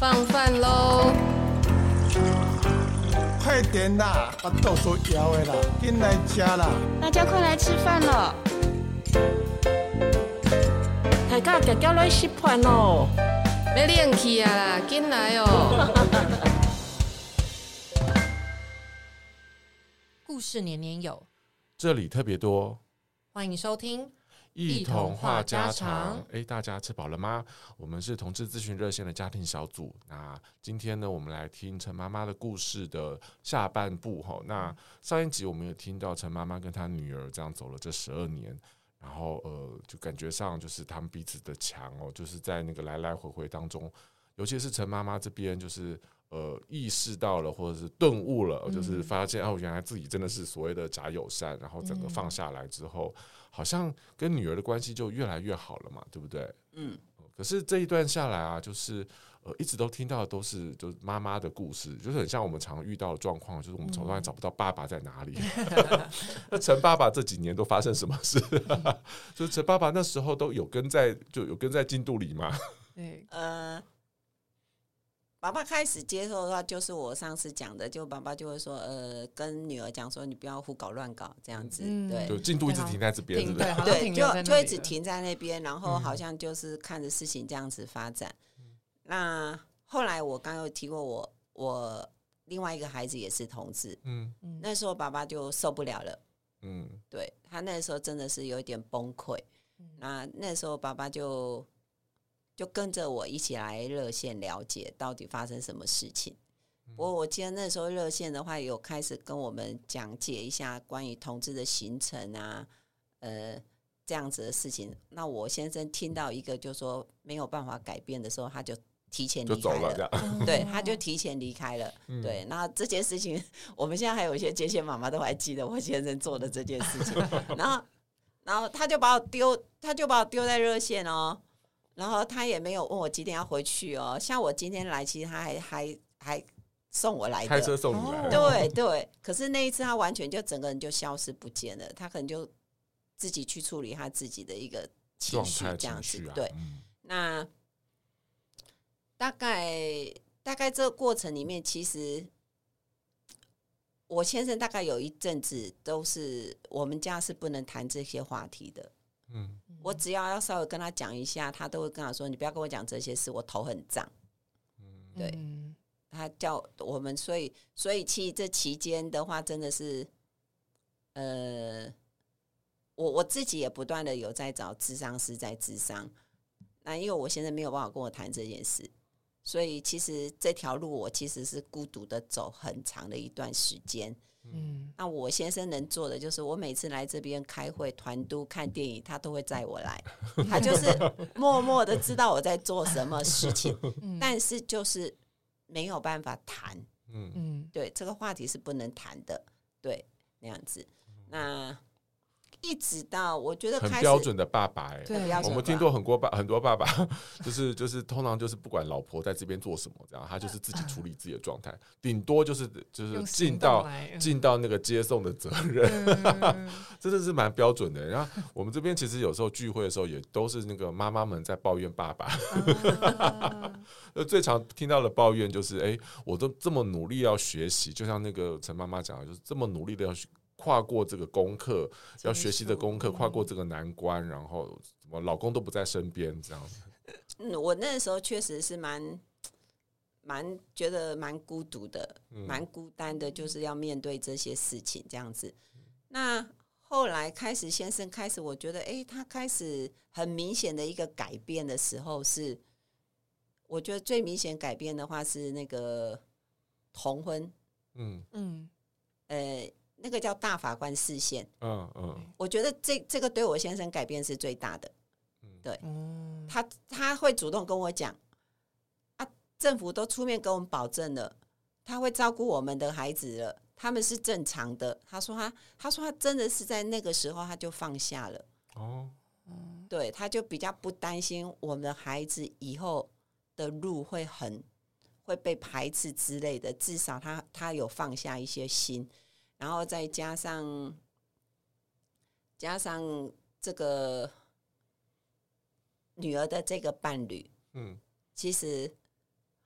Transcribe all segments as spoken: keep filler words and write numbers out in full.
放饭喽！ 快点啦，把豆都摇的啦，进来吃啦！ 大家快来吃饭了！ 大家夹夹来食饭喽！要冷气啊啦，进来哦！ 故事年年有， 这里特别多， 欢迎收听一同话家常。哎，大家吃饱了吗？我们是同志咨询热线的家庭小组。那今天呢，我们来听陈妈妈的故事的下半部哈。那上一集我们有听到陈妈妈跟她女儿这样走了这十二年，然后呃，就感觉上就是他们彼此的墙哦，就是在那个来来回回当中，尤其是陈妈妈这边就是。呃，意识到了，或者是顿悟了，嗯、就是发现哦，原来自己真的是所谓的假友善，然后整个放下来之后，嗯、好像跟女儿的关系就越来越好了嘛，对不对？嗯。可是这一段下来啊，就是呃，一直都听到的都是就是妈妈的故事，就是很像我们常遇到的状况，就是我们从来找不到爸爸在哪里。那陈爸爸这几年都发生什么事？就是陈爸爸那时候都有跟在，就有跟在进度里吗？ 对，呃。爸爸开始接受的话，就是我上次讲的，就爸爸就会说，呃，跟女儿讲说，你不要胡搞乱搞这样子，嗯、对， 就进度一直停在这边，是不是？ 对，就就一直停在那边，然后好像就是看着事情这样子发展。嗯、那后来我刚刚有提过我，我我另外一个孩子也是同志，嗯，那时候爸爸就受不了了，嗯，对他那时候真的是有一点崩溃，嗯、那那时候爸爸就。就跟着我一起来热线了解到底发生什么事情。不过我记得那时候热线的话，有开始跟我们讲解一下关于同志的行程啊，呃，这样子的事情。那我先生听到一个就说没有办法改变的时候，他就提前离开了， 就走了对，他就提前离开了。嗯、对，那这件事情，我们现在还有一些接线妈妈都还记得我先生做的这件事情。然后，然后他就把我丢，他就把我丢在热线哦。然后他也没有问我几点要回去哦，像我今天来，其实他还还还送我来的， 开车送你来的， 对对。可是那一次他完全就整个人就消失不见了，他可能就自己去处理他自己的一个情绪这样子，啊、对。嗯、那大概大概这个过程里面，其实我先生大概有一阵子都是我们家是不能谈这些话题的。嗯，我只要要稍微跟他讲一下，他都会跟他说：“你不要跟我讲这些事，我头很胀。”嗯，对，他叫我们，所以所以其实这期间的话，真的是，呃，我我自己也不断的有在找諮商师在諮商。那因为我现在没有办法跟我谈这件事，所以其实这条路我其实是孤独的走很长的一段时间。嗯，那我先生能做的就是，我每次来这边开会、团督、看电影，他都会载我来。他就是默默的知道我在做什么事情，嗯、但是就是没有办法谈。嗯，对，这个话题是不能谈的，对，那样子。那一直到我觉得开始很标准的爸爸哎、 欸， 我们听过很多爸很多爸爸，就是就是通常就是不管老婆在这边做什么，这样他就是自己处理自己的状态，顶多就是就是尽到尽到那个接送的责任，嗯、真的是蛮标准的。然后我们这边其实有时候聚会的时候，也都是那个妈妈们在抱怨爸爸，啊、最常听到的抱怨就是，哎、欸，我都这么努力要学习，就像那个陈妈妈讲的，就是这么努力的要学。跨过这个功课，要学习的功课，跨过这个难关，然后什么老公都不在身边，这样子。 嗯，我那时候确实是蛮蛮觉得蛮孤独的，蛮孤单的，就是要面对这些事情这样子。那后来开始，先生开始，我觉得，哎、欸，他开始很明显的一个改变的时候是，我觉得最明显改变的话是那个同婚，嗯嗯，呃。那个叫大法官释宪，嗯嗯，我觉得这这个对我先生改变是最大的，对，嗯、他他会主动跟我讲，啊，政府都出面跟我们保证了，他会照顾我们的孩子了，他们是正常的。他说他他说他真的是在那个时候他就放下了，哦，对，他就比较不担心我们的孩子以后的路会很会被排斥之类的，至少他他有放下一些心。然后再加上加上这个女儿的这个伴侣，嗯，其实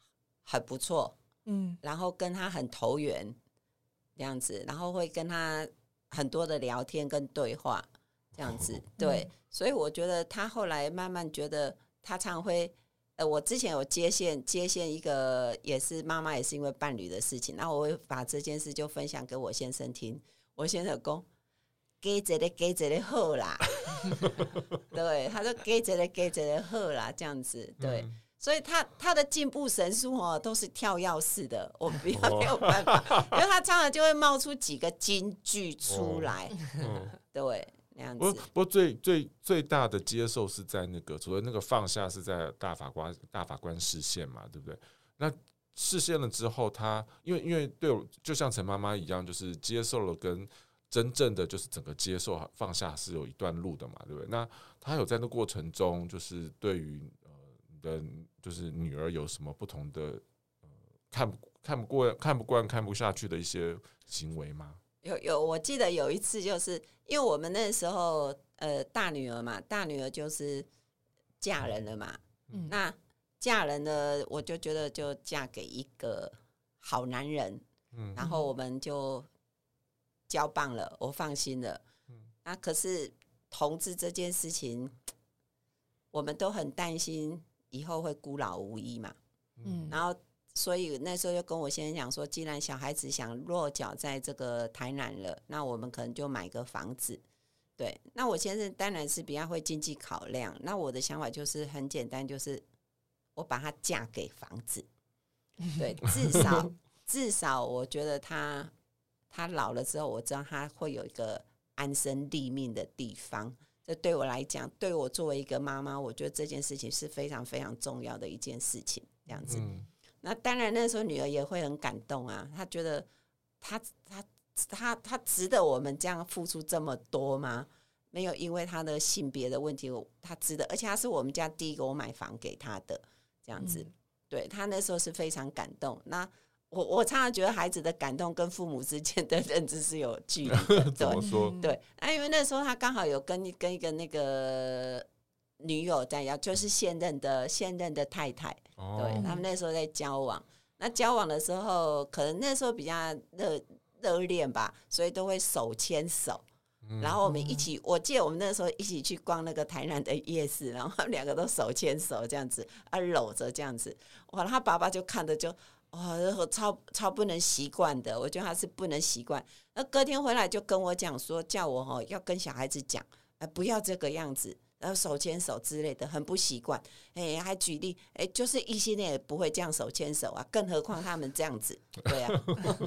很不错， 嗯， 然后跟他很投缘这样子，然后会跟他很多的聊天跟对话这样子，对，嗯、所以我觉得他后来慢慢觉得他常会，呃，我之前有接线接线一个也是妈妈也是因为伴侣的事情，然后我会把这件事就分享给我先生听，我先生说给这个给这个好啦，对，他说给这个给这个好啦，这样子，对。嗯，所以他他的进步神速哦，都是跳跃式的，我们没有办法，因为他常常就会冒出几个金句出来，哦、对，那样子。 不过最最最大的接受是在那个，除了那个放下是在大法官大法官视线嘛，对不对？那视线了之后，他因为因为对我就像陈妈妈一样，就是接受了跟真正的就是整个接受放下是有一段路的嘛，对不对？那他有在那过程中，就是对于的就是女儿有什么不同的、呃、看不看不过看不惯看不下去的一些行为吗？ 有有，我记得有一次，就是因为我们那时候呃大女儿嘛，大女儿就是嫁人了嘛，嗯、那嫁人了，我就觉得就嫁给一个好男人，嗯、然后我们就交棒了，我放心了。嗯、那可是同志这件事情，我们都很担心。以后会孤老无依嘛，嗯，然后所以那时候就跟我先生讲说，既然小孩子想落脚在这个台南了，那我们可能就买个房子。对，那我先生当然是比较会经济考量，那我的想法就是很简单，就是我把她嫁给房子，对，至少至少我觉得她她老了之后，我知道她会有一个安身立命的地方。这对我来讲，对我作为一个妈妈，我觉得这件事情是非常非常重要的一件事情。这样子，嗯、那当然那时候女儿也会很感动啊，她觉得她她她她值得我们这样付出这么多吗？没有，因为她的性别的问题，她值得，而且她是我们家第一个我买房给她的，这样子，嗯、对她那时候是非常感动。那我我常常觉得孩子的感动跟父母之间的认知是有距离的。 怎么说？ 对，啊，因为那时候他刚好有跟跟一个那个女友在聊，就是现任的现任的太太，哦、对他们那时候在交往。那交往的时候，可能那时候比较热热恋吧，所以都会手牵手。嗯、然后我们一起，我记得我们那时候一起去逛那个台南的夜市，然后他们两个都手牵手这样子，啊搂着这样子，哇，他爸爸就看着就。哦，超超不能习惯的，我觉得他是不能习惯。那隔天回来就跟我讲说，叫我哦要跟小孩子讲，呃，不要这个样子，然后手牵手之类的，很不习惯。哎，还举例，哎，就是异性恋也不会这样手牵手啊，更何况他们这样子，对啊。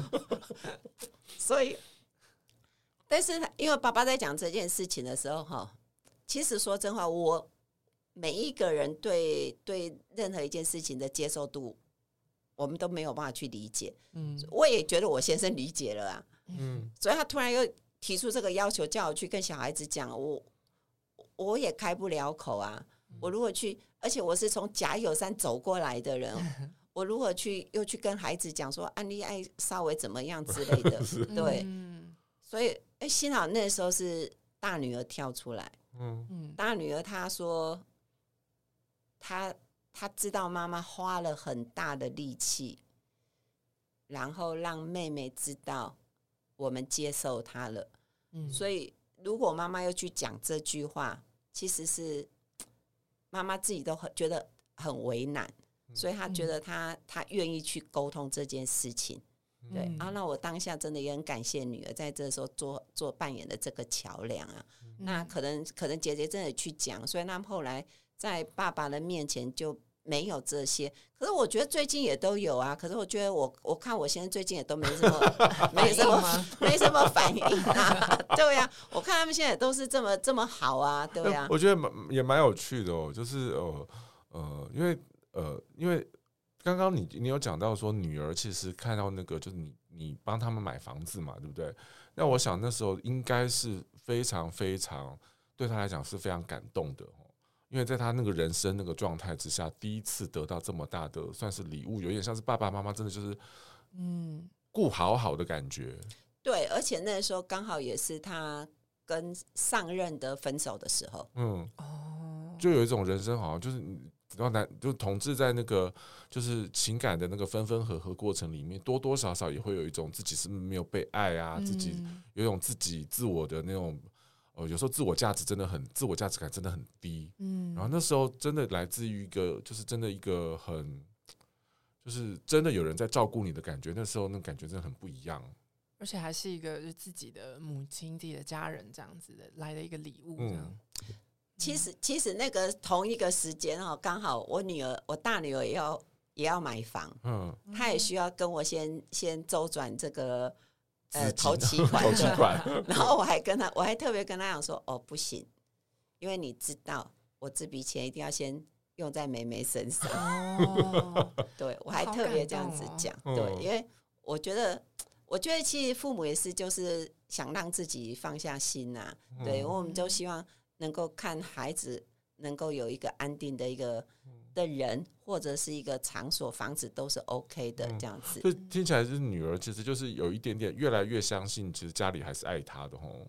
所以，但是因为爸爸在讲这件事情的时候，哈，其实说真话，我每一个人对对任何一件事情的接受度。我们都没有办法去理解，嗯，我也觉得我先生理解了啊，嗯，所以他突然又提出这个要求，叫我去跟小孩子讲，我我也开不了口啊。我如果去，而且我是从甲友山走过来的人，我如果去又去跟孩子讲说，啊，你爱稍微怎么样之类的，对，所以哎，幸好那时候是大女儿跳出来，嗯，大女儿她说，她。他知道妈妈花了很大的力气，然后让妹妹知道我们接受她了。嗯，所以如果妈妈又去讲这句话，其实是妈妈自己都很觉得很为难，所以她觉得她她愿意去沟通这件事情。对，嗯、啊，那我当下真的也很感谢女儿在这时候做做扮演的这个桥梁啊。嗯、那可能可能姐姐真的去讲，所以他们后来在爸爸的面前就没有这些。可是我觉得最近也都有啊。可是我觉得我我看我现在最近也都没什么没什么没什么反应啊。对呀、啊，我看他们现在都是这么这么好啊，对呀、啊。 我觉得也蛮有趣的哦，就是呃呃，因为呃因为。刚刚你你有讲到说女儿其实看到那个就是你你帮他们买房子嘛，对不对？那我想那时候应该是非常非常对他来讲是非常感动的，因为在他那个人生那个状态之下，第一次得到这么大的算是礼物，有点像是爸爸妈妈真的就是嗯顾好好的感觉。 对，而且那时候刚好也是他跟上任的分手的时候， 嗯哦，就有一种人生好像就是然后男就同志在那个就是情感的那个分分合合过程里面，多多少少也会有一种自己是不是没有被爱啊，嗯、自己有一种自己自我的那种，呃，有时候自我价值真的很自我价值感真的很低，嗯，然后那时候真的来自于一个就是真的一个很就是真的有人在照顾你的感觉，那时候那感觉真的很不一样， 而且还是一个就是自己的母亲、自己的家人这样子的来的一个礼物，这样。 嗯其实，其实那个同一个时间哈，刚好我女儿，我大女儿也要也要买房，嗯，她也需要跟我先先周转这个呃头期款， 头期款。 然后我还跟她，我还特别跟她讲说，哦，不行，因为你知道，我这笔钱一定要先用在妹妹身上。哦，对，我还特别这样子讲，哦、对，因为我觉得，我觉得其实父母也是，就是想让自己放下心呐、啊，对，因为我们就希望。能够看孩子能够有一个安定的一个的人，或者是一个场所、房子都是 OK 的这样子。 所以听起来是女儿其实就是有一点点越来越相信，其实家里还是爱她的吼。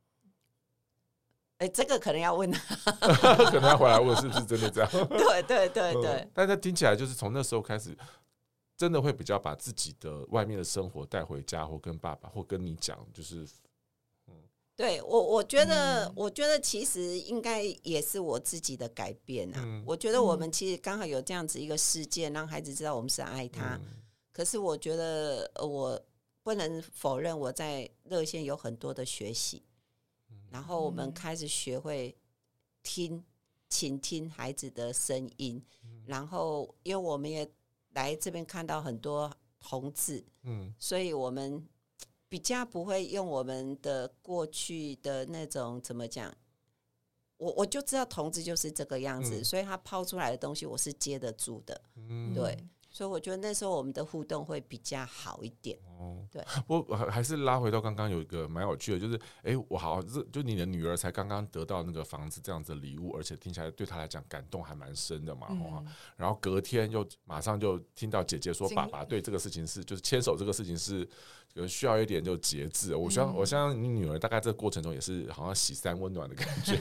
哎、欸，这个可能要问她， 可能要回来问是不是真的这样。 对对对对、嗯。 但是听起来就是从那时候开始，真的会比较把自己的外面的生活带回家，或跟爸爸或跟你讲，就是。 对我，我觉得，嗯、我觉得其实应该也是我自己的改变啊。嗯、我觉得我们其实刚好有这样子一个事件，让孩子知道我们是爱他。嗯、可是我觉得，我不能否认我在热线有很多的学习，嗯、然后我们开始学会听、倾听孩子的声音，嗯、然后因为我们也来这边看到很多同志，嗯、所以我们。比较不会用我们的过去的那种怎么讲，我我就知道同志就是这个样子，嗯、所以他抛出来的东西我是接得住的，嗯、对，所以我觉得那时候我们的互动会比较好一点。哦，对， 我还是拉回到刚刚有一个蛮有趣的，就是哎，我好就你的女儿才刚刚得到那个房子这样子的礼物，而且听起来对她来讲感动还蛮深的嘛，嗯、然后隔天又马上就听到姐姐说，爸爸对这个事情是就是牵手这个事情是。需要一点就节制，我相、嗯、我相信你女儿大概这个过程中也是好像喜三温暖的感觉，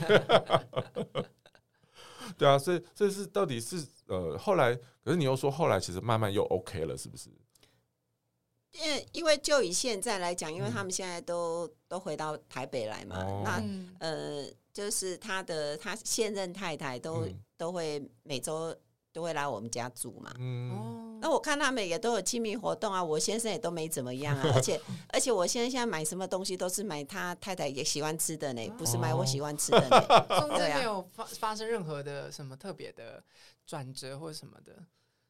对啊，所以这是到底是呃后来，可是你又说后来其实慢慢又 OK 了，是不是？ 因为因为就以现在来讲，因为他们现在都、嗯、都回到台北来嘛，哦、那呃就是他的他现任太太都、嗯、都会每周都会来我们家住嘛，嗯，那我看他们也都有亲密活动啊，我先生也都没怎么样啊，而且而且我先生现在买什么东西都是买他太太也喜欢吃的呢，不是买我喜欢吃的呢， 中间没有发发生任何的什么特别的转折或什么的，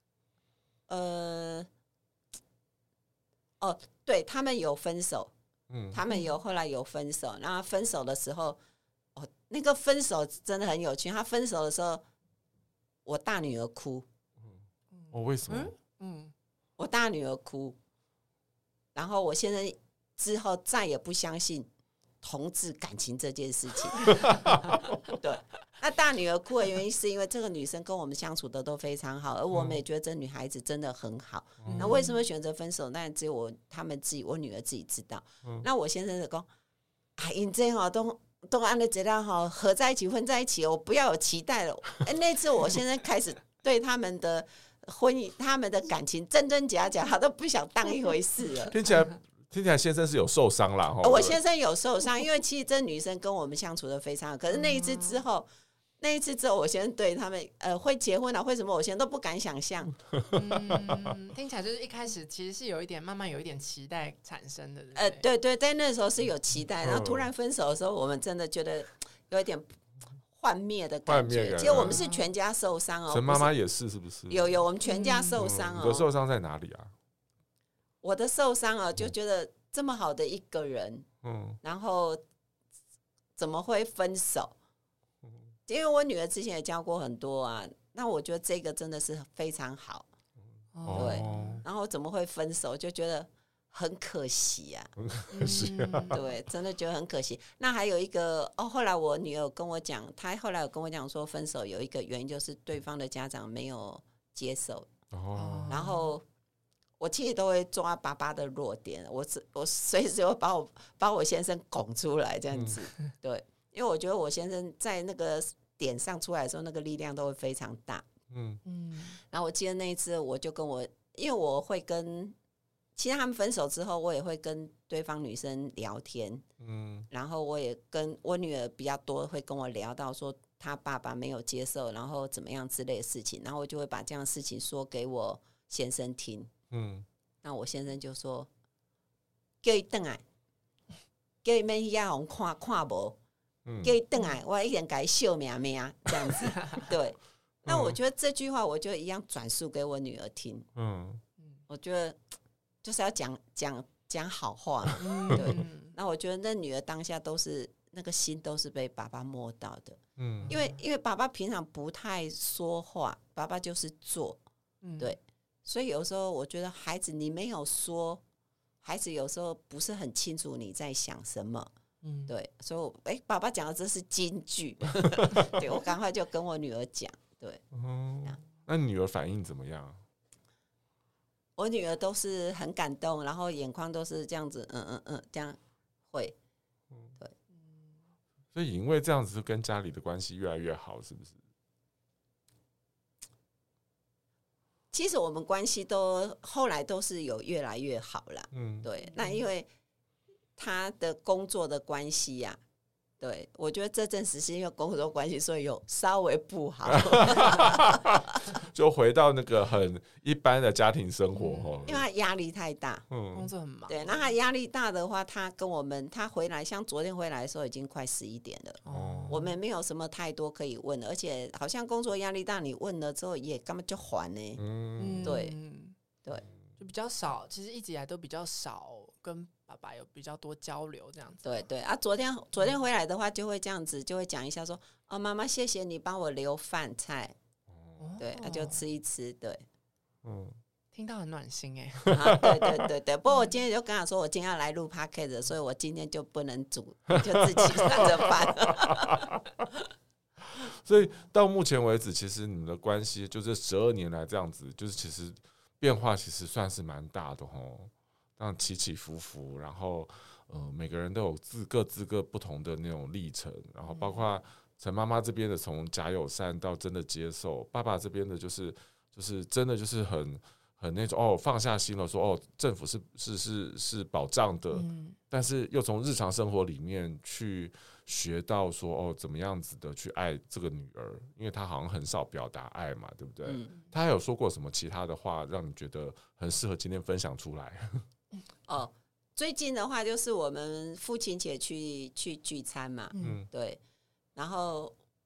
呃，哦，对他们有分手，嗯，他们有后来有分手，然后分手的时候，哦，那个分手真的很有趣，他分手的时候。我大女儿哭， 哦，为什么？ 嗯，我大女儿哭，然后我先生之后再也不相信同志感情这件事情。对，那大女儿哭的原因是因为这个女生跟我们相处的都非常好，而我们也觉得这女孩子真的很好。嗯、那为什么选择分手？那只有我他们自己，我女儿自己知道。嗯、那我先生就说：“啊，因这哈都。”都按了这样哈，合在一起混在一起，我不要有期待了。哎，那次我现在开始对他们的婚姻、他们的感情真真假假，他都不想当一回事了。 听起来，听起来先生是有受伤啦。 我先生有受伤，因为其实这女生跟我们相处的非常好，可是那一次之后。那一次之后，我先生对他们呃会结婚啊，会什么，我现在都不敢想象。 嗯，听起来就是一开始其实是有一点，慢慢有一点期待产生的。对呃，对对，在那时候是有期待，然后突然分手的时候，我们真的觉得有一点幻灭的感觉。其实我们是全家受伤哦。 陈妈妈也是，是不是？ 有有，我们全家受伤哦。 你的受伤在哪里啊？ 我的受伤啊，就觉得这么好的一个人，嗯，然后怎么会分手？因为我女儿之前也教过很多啊，那我觉得这个真的是非常好，哦、对。然后怎么会分手，就觉得很可惜啊， 很可惜啊， 对，真的觉得很可惜。那还有一个哦，后来我女儿跟我讲，她后来有跟我讲说，分手有一个原因就是对方的家长没有接受，哦，然后我其实都会抓爸爸的弱点，我我随时会把我把我先生拱出来这样子，嗯、对。因为我觉得我先生在那个点上出来的时候，那个力量都会非常大。 嗯嗯。 然后我记得那一次，我就跟我，因为我会跟，其实他们分手之后，我也会跟对方女生聊天，嗯，然后我也跟我女儿比较多，会跟我聊到说她爸爸没有接受，然后怎么样之类的事情，然后我就会把这样的事情说给我先生听，嗯，那我先生就说，叫伊转来，叫伊免遐互看看无，叫伊转来，我一定给伊笑命命这样子，对。那我觉得这句话，我就一样转述给我女儿听。嗯，我觉得就是要讲讲讲好话嘛。对，那我觉得那女儿当下都是那个心都是被爸爸摸到的。嗯，因为因为爸爸平常不太说话，爸爸就是做。嗯，对，所以有时候我觉得孩子你没有说，孩子有时候不是很清楚你在想什么。嗯，对，所以我哎、欸，爸爸讲的这是金句，对我赶快就跟我女儿讲。对， 嗯，那女儿反应怎么样？ 我女儿都是很感动，然后眼眶都是这样子，嗯嗯嗯，这样会，对， 所以因为这样子跟家里的关系越来越好，是不是？ 其实我们关系都后来都是有越来越好啦，嗯，对，那因为他的工作的关系呀、啊。对，我觉得这阵子是因为工作关系，所以有稍微不好， 就回到那个很一般的家庭生活、嗯、 因为他压力太大， 嗯，工作很忙。 对，那他压力大的话，他跟我们他回来，像昨天回来的时候已经快十一点了，哦，我们没有什么太多可以问的，而且好像工作压力大，你问了之后也根本就还呢，嗯，对对， 就比较少，其实一直以来都比较少跟爸爸有比较多交流这样子。 对对啊，昨天昨天回来的话，就会这样子，就会讲一下说，哦，妈妈谢谢你帮我留饭菜，哦、对，那、啊、就吃一吃，对， 嗯，听到很暖心哎、 欸啊。对对对对，不过我今天就跟他说，我今天要来录 podcast， 所以我今天就不能煮，就自己拿着饭。 所以到目前为止，其实你们的关系就是十二年来这样子，就是其实变化其实算是蛮大的吼。让起起伏伏，然后呃，每个人都有自各自各不同的那种历程，然后包括陈妈妈这边的从假友善到真的接受，爸爸这边的就是就是真的就是很很那种哦放下心了，说哦政府是是是是保障的、嗯，但是又从日常生活里面去学到说哦怎么样子的去爱这个女儿，因为她好像很少表达爱嘛，对不对？嗯、她还有说过什么其他的话让你觉得很适合今天分享出来？ 哦，最近的话就是我们父亲节去去聚餐嘛，嗯，对，然后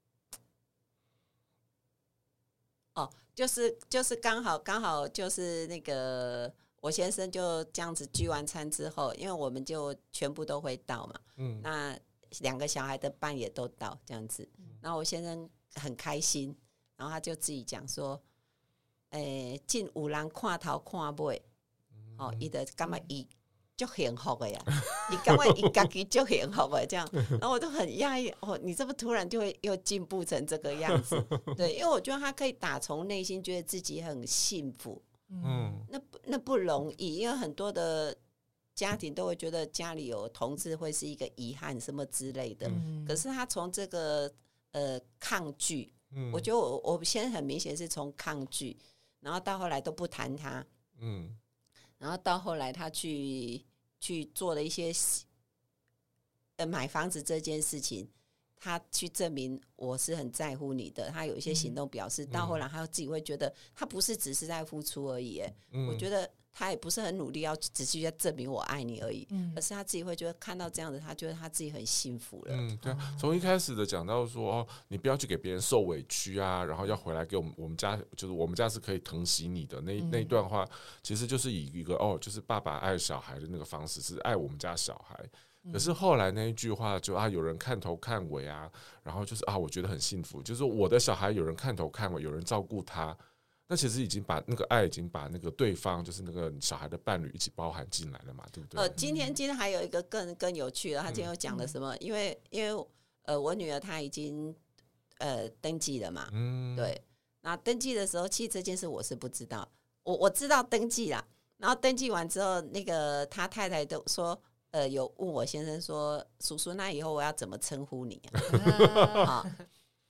哦，就是就是刚好刚好就是那个我先生就这样子聚完餐之后，因为我们就全部都会到嘛，嗯，那两个小孩的班也都到这样子，然后我先生很开心，然后他就自己讲说，诶，进有人看头看尾。哦，伊就感觉伊就幸福的呀，伊感觉伊家己就幸福的这样，然后我就很讶异，哦，你这么突然就会又进步成这个样子，对，因为我觉得他可以打从内心觉得自己很幸福，嗯，那那不容易，因为很多的家庭都会觉得家里有同志会是一个遗憾什么之类的，嗯、可是他从这个呃抗拒，嗯、我觉得我我现在很明显是从抗拒，然后到后来都不谈他，嗯。然后到后来，他去去做了一些呃买房子这件事情，他去证明我是很在乎你的。他有一些行动表示，嗯、到后来他自己会觉得，他不是只是在付出而已。嗯、我觉得他也不是很努力，要只是在证明我爱你而已。嗯、而是他自己会觉得看到这样子，他觉得他自己很幸福了。 嗯，对啊。从一开始的讲到说，哦，你不要去给别人受委屈啊，然后要回来给我们我们家，就是我们家是可以疼惜你的那那一段话，其实就是以一个哦，就是爸爸爱小孩的那个方式，是爱我们家小孩。可是后来那一句话就啊，有人看头看尾啊，然后就是啊，我觉得很幸福，就是我的小孩有人看头看尾，有人照顾他，那其实已经把那个爱已经把那个对方就是那个小孩的伴侣一起包含进来了嘛，对不对？ 呃，今天今天还有一个更更有趣的，他今天又讲了什么？嗯、因为因为呃，我女儿她已经呃登记了嘛，嗯，对，那登记的时候，其实这件事我是不知道，我我知道登记啦，然后登记完之后，那个他太太都说。呃，有问我先生说，叔叔，那以后我要怎么称呼你啊？啊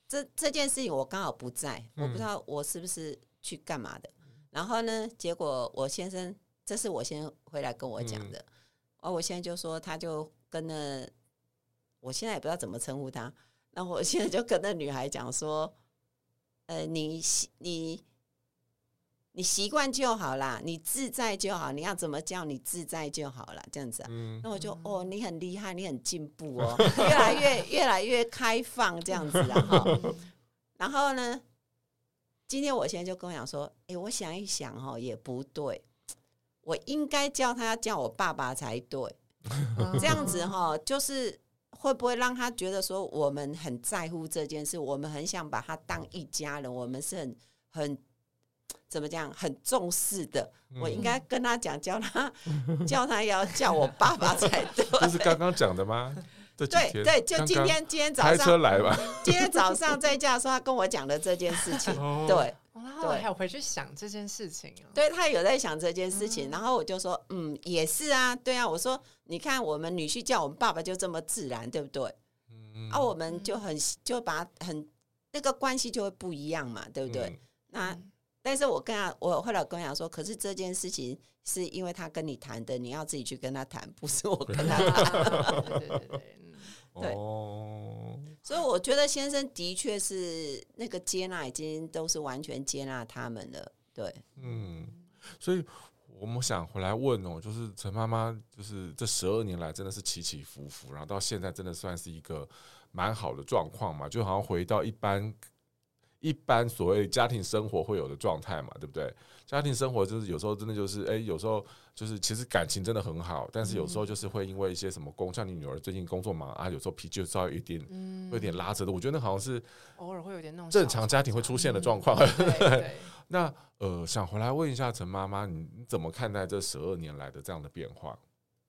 这这件事情我刚好不在，嗯、我不知道我是不是去干嘛的。然后呢，结果我先生，这是我先回来跟我讲的，嗯、哦，我现在就说，他就跟那，我现在也不知道怎么称呼他，那我现在就跟那女孩讲说，呃，你你你习惯就好啦，你自在就好，你要怎么叫你自在就好了，这样子啊。嗯、那我就哦，你很厉害，你很进步哦，越来越越来越开放这样子啊哈。然后呢，今天我现在就跟我讲说，哎，我想一想哦，也不对，我应该叫他叫我爸爸才对，这样子哈，就是会不会让他觉得说我们很在乎这件事，我们很想把他当一家人，我们是很很。怎么讲？很重视的，嗯、我应该跟他讲，叫他叫他要叫我爸爸才对。 这是刚刚讲的吗？ 对对，就今天今天早上开车来吧。 今天早上在家的时候，他跟我讲的这件事情，哦、对。 后来还有回去想这件事情、啊、 对，他有在想这件事情，嗯、然后我就说，嗯，也是啊，对啊，我说，你看我们女婿叫我们爸爸就这么自然，对不对？嗯、啊，我们就很就把很那个关系就会不一样嘛，对不对？嗯、那。但是我跟他，我后来跟他讲说，可是这件事情是因为他跟你谈的，你要自己去跟他谈，不是我跟他谈。对对对对，对。哦。所以我觉得先生的确是那个接纳，已经都是完全接纳他们了。对， 嗯。所以我们想回来问哦，就是陈妈妈，就是这十二年来真的是起起伏伏，然后到现在真的算是一个蛮好的状况嘛，就好像回到一般。一般所谓家庭生活会有的状态嘛，对不对？家庭生活就是有时候真的就是，哎、欸，有时候就是其实感情真的很好，但是有时候就是会因为一些什么工，像你女儿最近工作忙啊，有时候脾气就稍微有点，嗯、会有点拉扯的。我觉得那好像是偶尔会有点那种正常家庭会出现的状况。 嗯、对对那呃，想回来问一下陈妈妈，你你怎么看待这十二年来的这样的变化？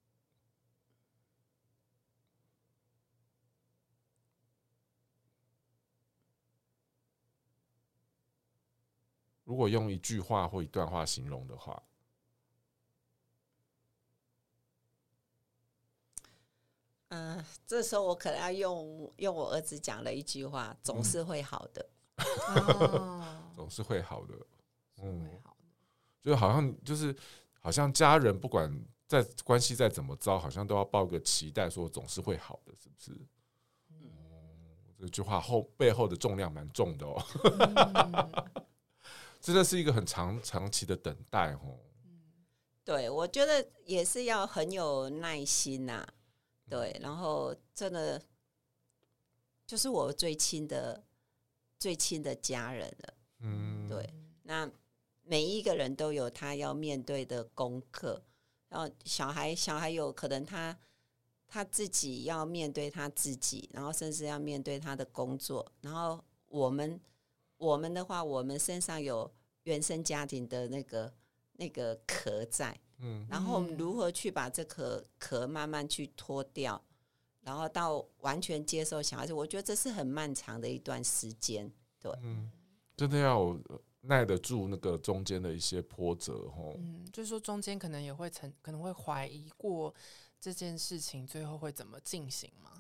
如果用一句话或一段话形容的话， 嗯、呃，这时候我可能要用用我儿子讲了一句话，总是会好的， 嗯、总是会好的，嗯，就好像就是好像家人不管在关系再怎么糟，好像都要抱个期待，说总是会好的，是不是？嗯，这句话后背后的重量蛮重的哦。嗯真的是一个很长长期的等待哦。 对，我觉得也是要很有耐心呐、啊。对，然后真的就是我最亲的、最亲的家人了。嗯，对。那每一个人都有他要面对的功课，然后小孩小孩有可能他他自己要面对他自己，然后甚至要面对他的工作，然后我们。我们的话，我们身上有原生家庭的那个那个壳在，嗯，然后我们如何去把这颗壳慢慢去脱掉，然后到完全接受小孩子，我觉得这是很漫长的一段时间，对， 嗯，真的要耐得住那个中间的一些波折哦， 嗯，就是说中间可能也会曾可能会怀疑过这件事情最后会怎么进行吗？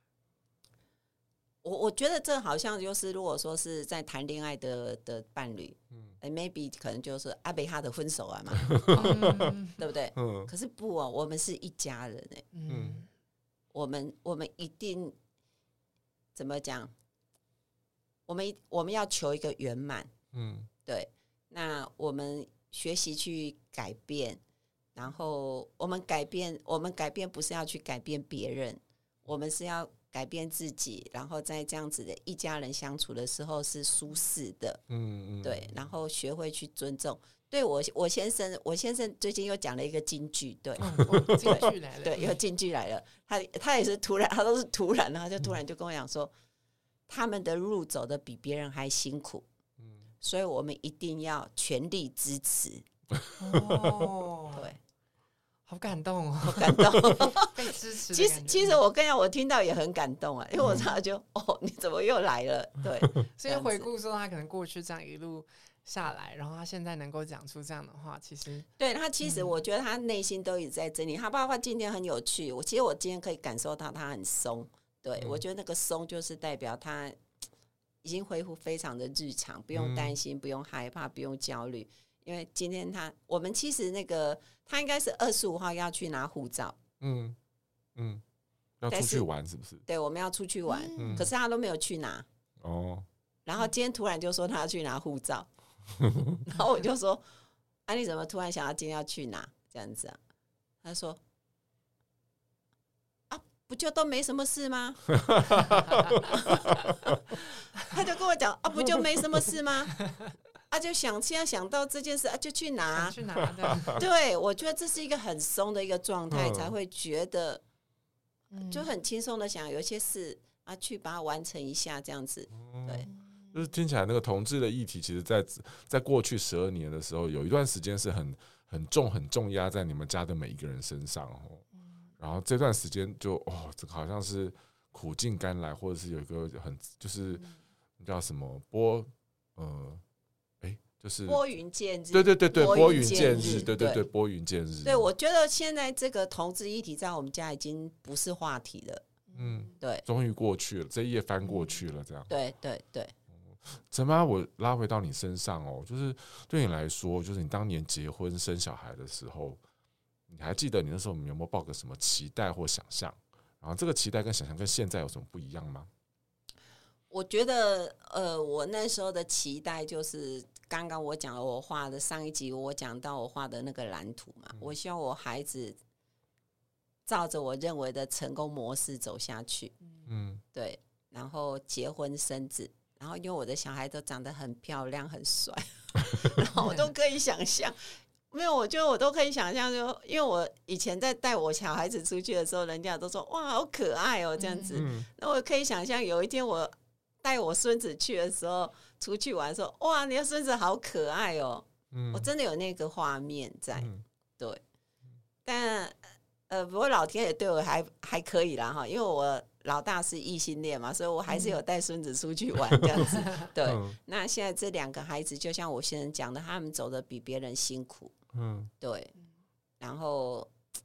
我我觉得这好像就是，如果说是在谈恋爱的的伴侣，嗯、欸、，maybe 可能就是阿贝哈的分手啊嘛，嗯、对不对？嗯。可是不啊，我们是一家人哎、欸，嗯，我们我们一定怎么讲？我们我们要求一个圆满，嗯，对。那我们学习去改变，然后我们改变，我们改变不是要去改变别人，我们是要。改变自己，然后在这样子的一家人相处的时候是舒适的，嗯嗯，对，然后学会去尊重。对我，我先生，我先生最近又讲了一个金句，对， 嗯、金句来了， 对，又金句来了。他他也是突然，他都是突然，然后就突然就跟我讲说，他们的路走得比别人还辛苦，嗯，所以我们一定要全力支持。哦，对。 好感动哦， 好感动， 被支持。 其实，其实我跟你讲，我听到也很感动啊，因为我常常就、嗯、哦，你怎么又来了？对， 所以回顾说他可能过去这样一路下来，然后他现在能够讲出这样的话，其实对他，其实我觉得他内心都一直在整理。他爸爸今天很有趣，我其实我今天可以感受到他很松。对、嗯、我觉得那个松就是代表他已经恢复非常的日常，不用担心，嗯、不用害怕，不用焦虑。因为今天他，我们其实那个他应该是二十五号要去拿护照， 嗯嗯，要出去玩是不是？ 对，我们要出去玩，嗯、可是他都没有去拿。哦，然后今天突然就说他要去拿护照，然后我就说：“啊，你怎么突然想要今天要去拿这样子啊？”他说：“啊，不就都没什么事吗？”他就跟我讲：“啊，不就没什么事吗？”啊，就想现在想到这件事啊，就去拿， 去拿。 对，我觉得这是一个很松的一个状态，嗯、才会觉得就很轻松的想，有些事啊，去把它完成一下，这样子。对， 就是听起来那个同志的议题，其实在在过去十二年的时候，有一段时间是很很重、很重压在你们家的每一个人身上哦。然后这段时间就哦，这好像是苦尽甘来，或者是有一个很就是叫什么波呃。就是拨云见日， 对对对对，拨云见日，对对对，拨云见日。 对，我觉得现在这个同志议题在我们家已经不是话题了。嗯，对， 终于过去了，这一页翻过去了，这样。 对对对。 陈妈，我拉回到你身上哦，就是对你来说，就是你当年结婚生小孩的时候，你还记得你那时候有没有抱个什么期待或想象？然后这个期待跟想象跟现在有什么不一样吗？ 我觉得，呃，我那时候的期待就是刚刚我讲了，我画的上一集我讲到我画的那个蓝图嘛，嗯、我希望我孩子照着我认为的成功模式走下去，嗯，对，然后结婚生子，然后因为我的小孩都长得很漂亮很帅，然后我都可以想象。没有，我觉得我都可以想象，就因为我以前在带我小孩子出去的时候，人家都说哇好可爱哦这样子，嗯、那我可以想象有一天我带我孙子去的时候，出去玩的时候，哇，你的孙子好可爱哦！嗯、我真的有那个画面在，嗯、对。但呃，不过老天爷对我还还可以啦哈，因为我老大是异性恋嘛，所以我还是有带孙子出去玩这样子。嗯、对，嗯、那现在这两个孩子，就像我先生讲的，他们走的比别人辛苦，嗯，对。然后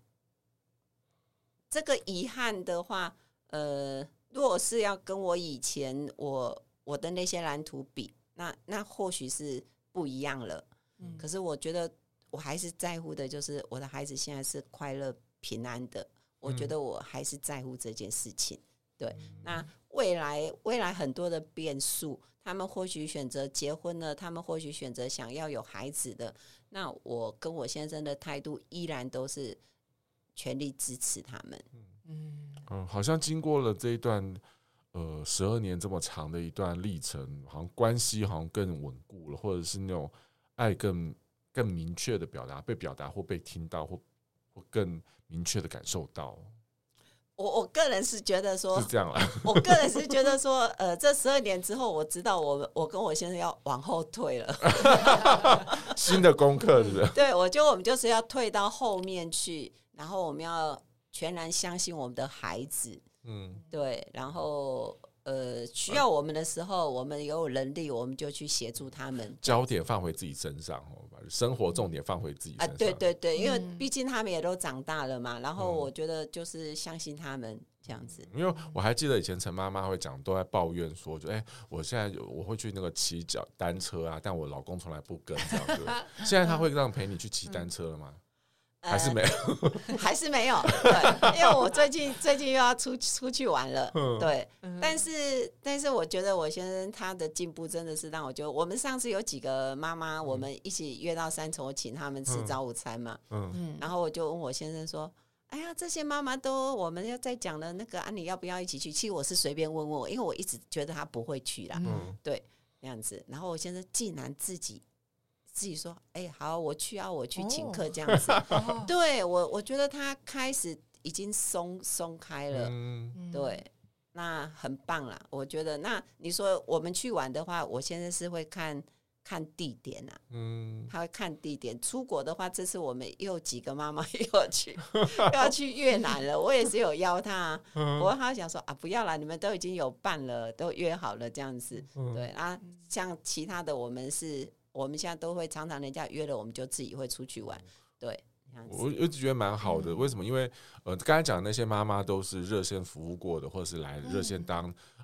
这个遗憾的话，呃。如果是要跟我以前我我的那些蓝图比，那那或许是不一样了。嗯、可是我觉得我还是在乎的，就是我的孩子现在是快乐平安的。我觉得我还是在乎这件事情。对，嗯、那未来未来很多的变数，他们或许选择结婚了，他们或许选择想要有孩子的。那我跟我先生的态度依然都是全力支持他们。 嗯嗯，好像经过了这一段呃十二年这么长的一段历程，好像关系好像更稳固了，或者是那种爱更更明确的表达，被表达或被听到，或或更明确的感受到。 我我个人是觉得说是这样啦， 我个人是觉得说，呃，这十二年之后，我知道我我跟我先生要往后退了， 新的功课是不是？ 对，我觉得我们就是要退到后面去，然后我们要全然相信我们的孩子，嗯，对，然后呃需要我们的时候，我们有能力，我们就去协助他们， 焦点放回自己身上，生活重点放回自己身上。啊， 对对对，因为毕竟他们也都长大了嘛，然后我觉得就是相信他们这样子。 因为我还记得以前陈妈妈会讲，都在抱怨说，就哎、欸，我现在我会去那个骑脚单车啊，但我老公从来不跟这样子。现在他会让陪你去骑单车了吗？还是没有、 呃，还是没有。对，因为我最近最近又要出出去玩了。对，嗯、但是但是我觉得我先生他的进步真的是让我觉得，我们上次有几个妈妈，我们一起约到三重，我请他们吃早午餐嘛。嗯嗯，然后我就问我先生说：“哎呀，这些妈妈都我们要在讲的那个啊，你要不要一起去？”其实我是随便问问我，因为我一直觉得他不会去啦。嗯，对，那样子。然后我先生竟然自己。自己说，哎、欸，好，我去啊，我去请客这样子。哦、对我，我觉得他开始已经松松开了，嗯、对，那很棒啦。我觉得，那你说我们去玩的话，我现在是会看看地点啊，嗯，他会看地点。出国的话，这次我们又几个妈妈又要去，又要去越南了。我也是有邀他，不过他想说啊，不要啦，你们都已经有办了，都约好了这样子。嗯、对啊，像其他的我们是。我们现在都会常常人家约了，我们就自己会出去玩。对， 我一直觉得蛮好的。为什么？因为呃，刚才讲的那些妈妈都是热线服务过的，或者是来热线当、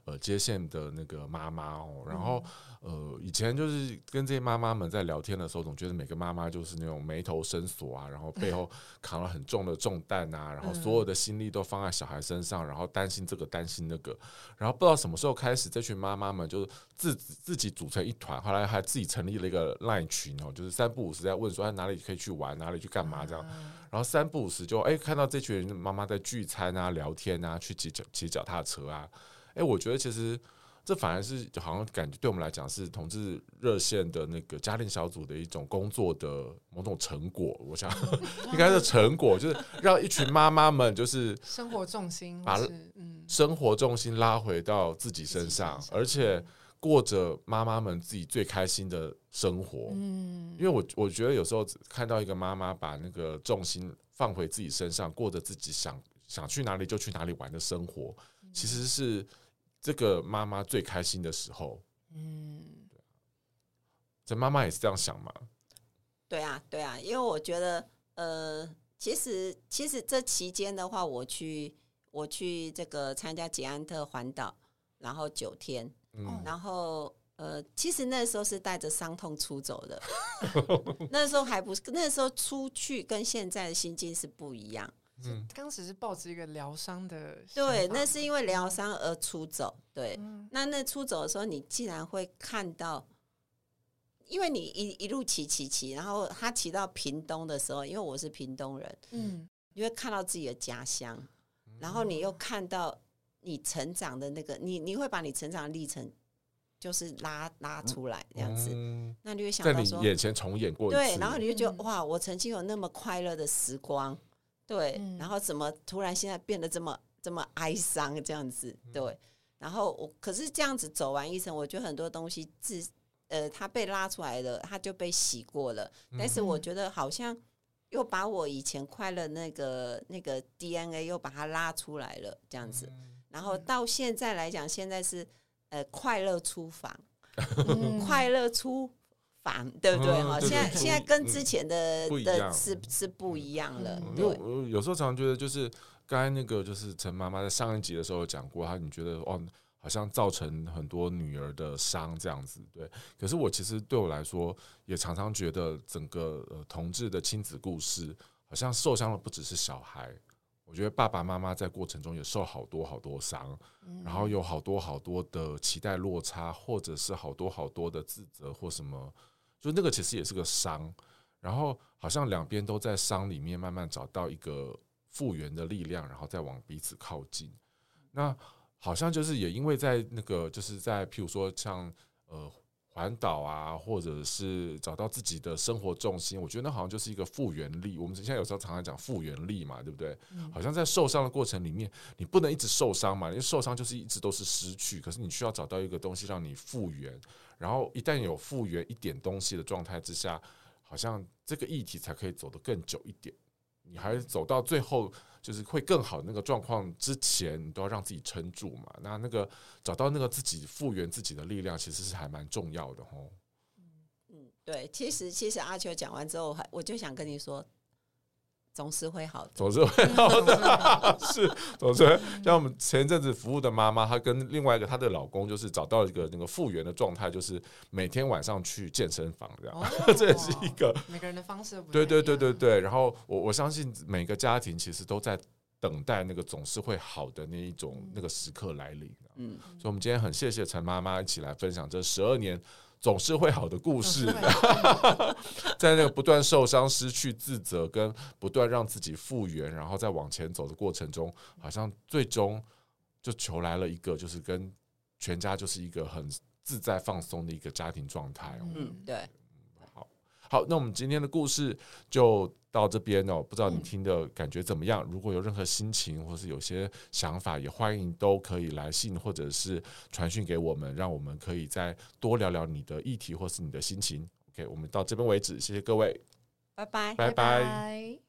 呃接线的那个妈妈哦，然后呃以前就是跟这些妈妈们在聊天的时候，总觉得每个妈妈就是那种眉头深锁啊，然后背后扛了很重的重担啊，然后所有的心力都放在小孩身上，然后担心这个担心那个，然后不知道什么时候开始，这群妈妈们就自自己组成一团，后来还自己成立了一个 LINE 群哦，就是三不五时在问说哪里可以去玩，哪里去干嘛这样，然后三不五时就哎、欸、看到这群妈妈在聚餐啊、聊天啊、去骑脚骑脚踏车啊，哎、欸，我觉得其实这反而是好像感觉对我们来讲是同志热线的那个家庭小组的一种工作的某种成果，我想应该是成果，就是让一群妈妈们就是生活重心把生活重心拉回到自己身上，而且过着妈妈们自己最开心的生活。嗯，因为我我觉得有时候看到一个妈妈把那个重心放回自己身上，过着自己想想去哪里就去哪里玩的生活，其实是这个妈妈最开心的时候。嗯，这妈妈也是这样想吗？ 对啊，对啊，因为我觉得，呃，其实其实这期间的话，我去我去这个参加捷安特环岛，然后九天，嗯，然后呃，其实那时候是带着伤痛出走的，那时候还不是，那时候出去跟现在的心境是不一样。 嗯，当时是抱着一个疗伤的， 对，那是因为疗伤而出走。对，嗯、那那出走的时候，你既然会看到，因为你一一路骑骑骑，然后他骑到屏东的时候，因为我是屏东人，嗯，你会看到自己的家乡，然后你又看到你成长的那个，你你会把你成长的历程就是拉拉出来这样子，嗯、那你会想到说， 在你眼前重演过一次， 对，然后你就觉得、嗯、哇，我曾经有那么快乐的时光。对，嗯、然后怎么突然现在变得这么这么哀伤这样子？对，然后我可是这样子走完一程，我觉得很多东西自呃，它被拉出来了，它就被洗过了。但是我觉得好像又把我以前快乐那个那个 D N A 又把它拉出来了，这样子。然后到现在来讲，现在是呃快乐出访，嗯、快乐出。反对不对？哈、嗯，现在现在跟之前的、嗯、的是是不一样了。 嗯、对，我有时候常常觉得，就是刚才那个，就是陈妈妈在上一集的时候有讲过，她你觉得哦，好像造成很多女儿的伤这样子，对。可是我其实对我来说，也常常觉得整个、呃、同志的亲子故事，好像受伤的不只是小孩，我觉得爸爸妈妈在过程中也受好多好多伤，嗯、然后有好多好多的期待落差，或者是好多好多的自责或什么。就那个其实也是个伤，然后好像两边都在伤里面慢慢找到一个复原的力量，然后再往彼此靠近。那好像就是也因为在那个就是在譬如说像呃环岛啊，或者是找到自己的生活重心，我觉得那好像就是一个复原力。我们现在有时候常常讲复原力嘛，对不对？好像在受伤的过程里面，你不能一直受伤嘛，因为受伤就是一直都是失去，可是你需要找到一个东西让你复原。然后一旦有复原一点东西的状态之下，好像这个议题才可以走得更久一点。你还走到最后就是会更好的那个状况之前，你都要让自己撑住嘛。那那个找到那个自己复原自己的力量，其实是还蛮重要的哦。 嗯，对，其实其实阿秋讲完之后，我就想跟你说。总是会好的， 总是会好的，是总是会。像我们前一阵子服务的妈妈，她跟另外一个她的老公，就是找到一个那个复原的状态，就是每天晚上去健身房这样。哦、这也是一个每个人的方式不一样。 对对对对对。然后我我相信每个家庭其实都在等待那个总是会好的那一种那个时刻来临。嗯，所以我们今天很谢谢陈妈妈一起来分享这十二年。总是会好的故事，在那个不断受伤、失去、自责，跟不断让自己复原，然后再往前走的过程中，好像最终就求来了一个，就是跟全家就是一个很自在放松的一个家庭状态。 嗯，对。 好，好，那我们今天的故事就到这边哦。不知道你听的感觉怎么样？如果有任何心情或是有些想法，也欢迎都可以来信或者是传讯给我们，让我们可以再多聊聊你的议题或是你的心情。OK， 我们到这边为止，谢谢各位， 拜拜， 拜拜。